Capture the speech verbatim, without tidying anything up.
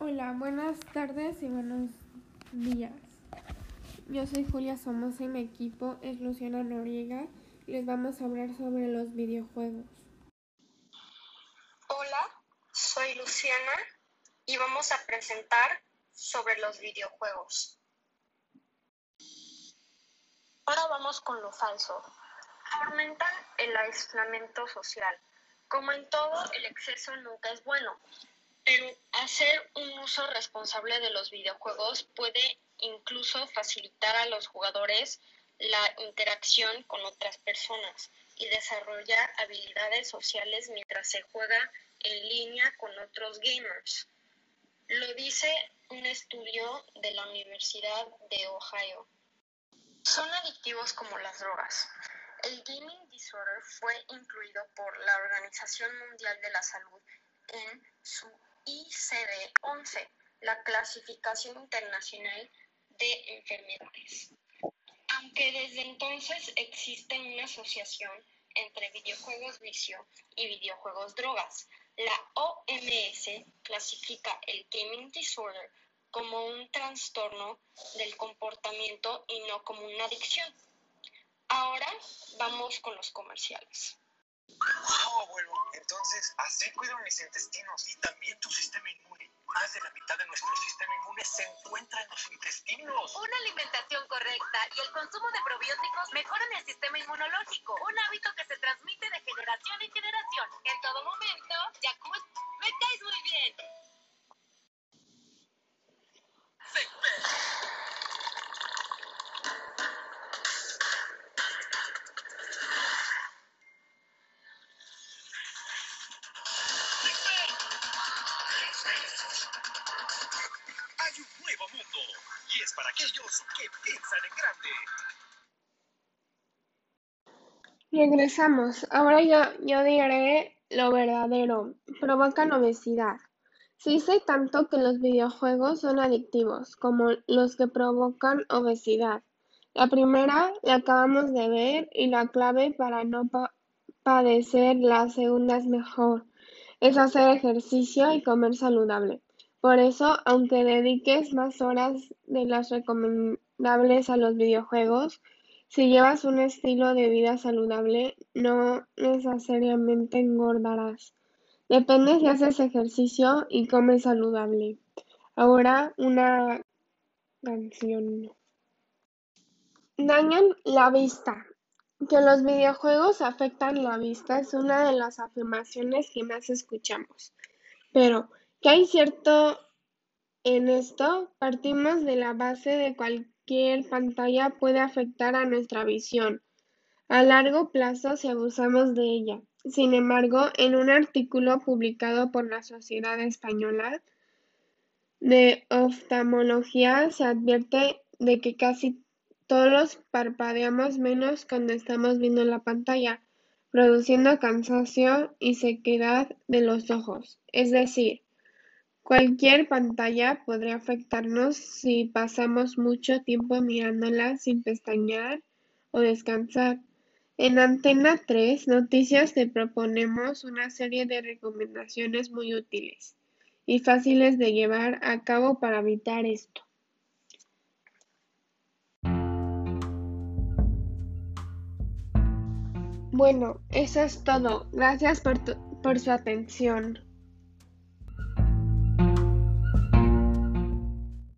Hola, buenas tardes y buenos días. Yo soy Julia Somoza y mi equipo es Luciana Noriega y les vamos a hablar sobre los videojuegos. Hola, soy Luciana y vamos a presentar sobre los videojuegos. Ahora vamos con lo falso. Fomentan el aislamiento social. Como en todo, el exceso nunca es bueno, pero hacer un uso responsable de los videojuegos puede incluso facilitar a los jugadores la interacción con otras personas y desarrollar habilidades sociales mientras se juega en línea con otros gamers. Lo dice un estudio de la Universidad de Ohio. Son adictivos como las drogas. El gaming disorder fue incluido por la Organización Mundial de la Salud en su I C D once, la clasificación internacional de enfermedades. Aunque desde entonces existe una asociación entre videojuegos vicio y videojuegos drogas, la O M S clasifica el gaming disorder como un trastorno del comportamiento y no como una adicción. Ahora vamos con los comerciales. ¡Wow, abuelo! Entonces, así cuido mis intestinos y también tu sistema inmune. Más de la mitad de nuestro sistema inmune se encuentra en los intestinos. Una alimentación correcta y el consumo de probióticos mejoran el sistema inmunológico. Un hábito que se transmite de generación en generación. En todo momento, Yakult, me caes muy bien. Hay un nuevo mundo y es para aquellos que piensan en grande. Regresamos. Ahora yo, yo diré lo verdadero. Provocan obesidad. Se dice tanto que los videojuegos son adictivos como los que provocan obesidad. La primera la acabamos de ver y la clave para no pa- padecer la segunda es mejor. Es hacer ejercicio y comer saludable. Por eso, aunque dediques más horas de las recomendables a los videojuegos, si llevas un estilo de vida saludable, no necesariamente engordarás. Depende si haces ejercicio y comes saludable. Ahora una canción. Dañan la vista. Que los videojuegos afectan la vista es una de las afirmaciones que más escuchamos. Pero, ¿qué hay cierto en esto? Partimos de la base de cualquier pantalla puede afectar a nuestra visión a largo plazo si abusamos de ella. Sin embargo, en un artículo publicado por la Sociedad Española de Oftalmología se advierte de que casi todos parpadeamos menos cuando estamos viendo la pantalla, produciendo cansancio y sequedad de los ojos. Es decir, cualquier pantalla podría afectarnos si pasamos mucho tiempo mirándola sin pestañear o descansar. En Antena tres Noticias te proponemos una serie de recomendaciones muy útiles y fáciles de llevar a cabo para evitar esto. Bueno, eso es todo. Gracias por, tu- por su atención.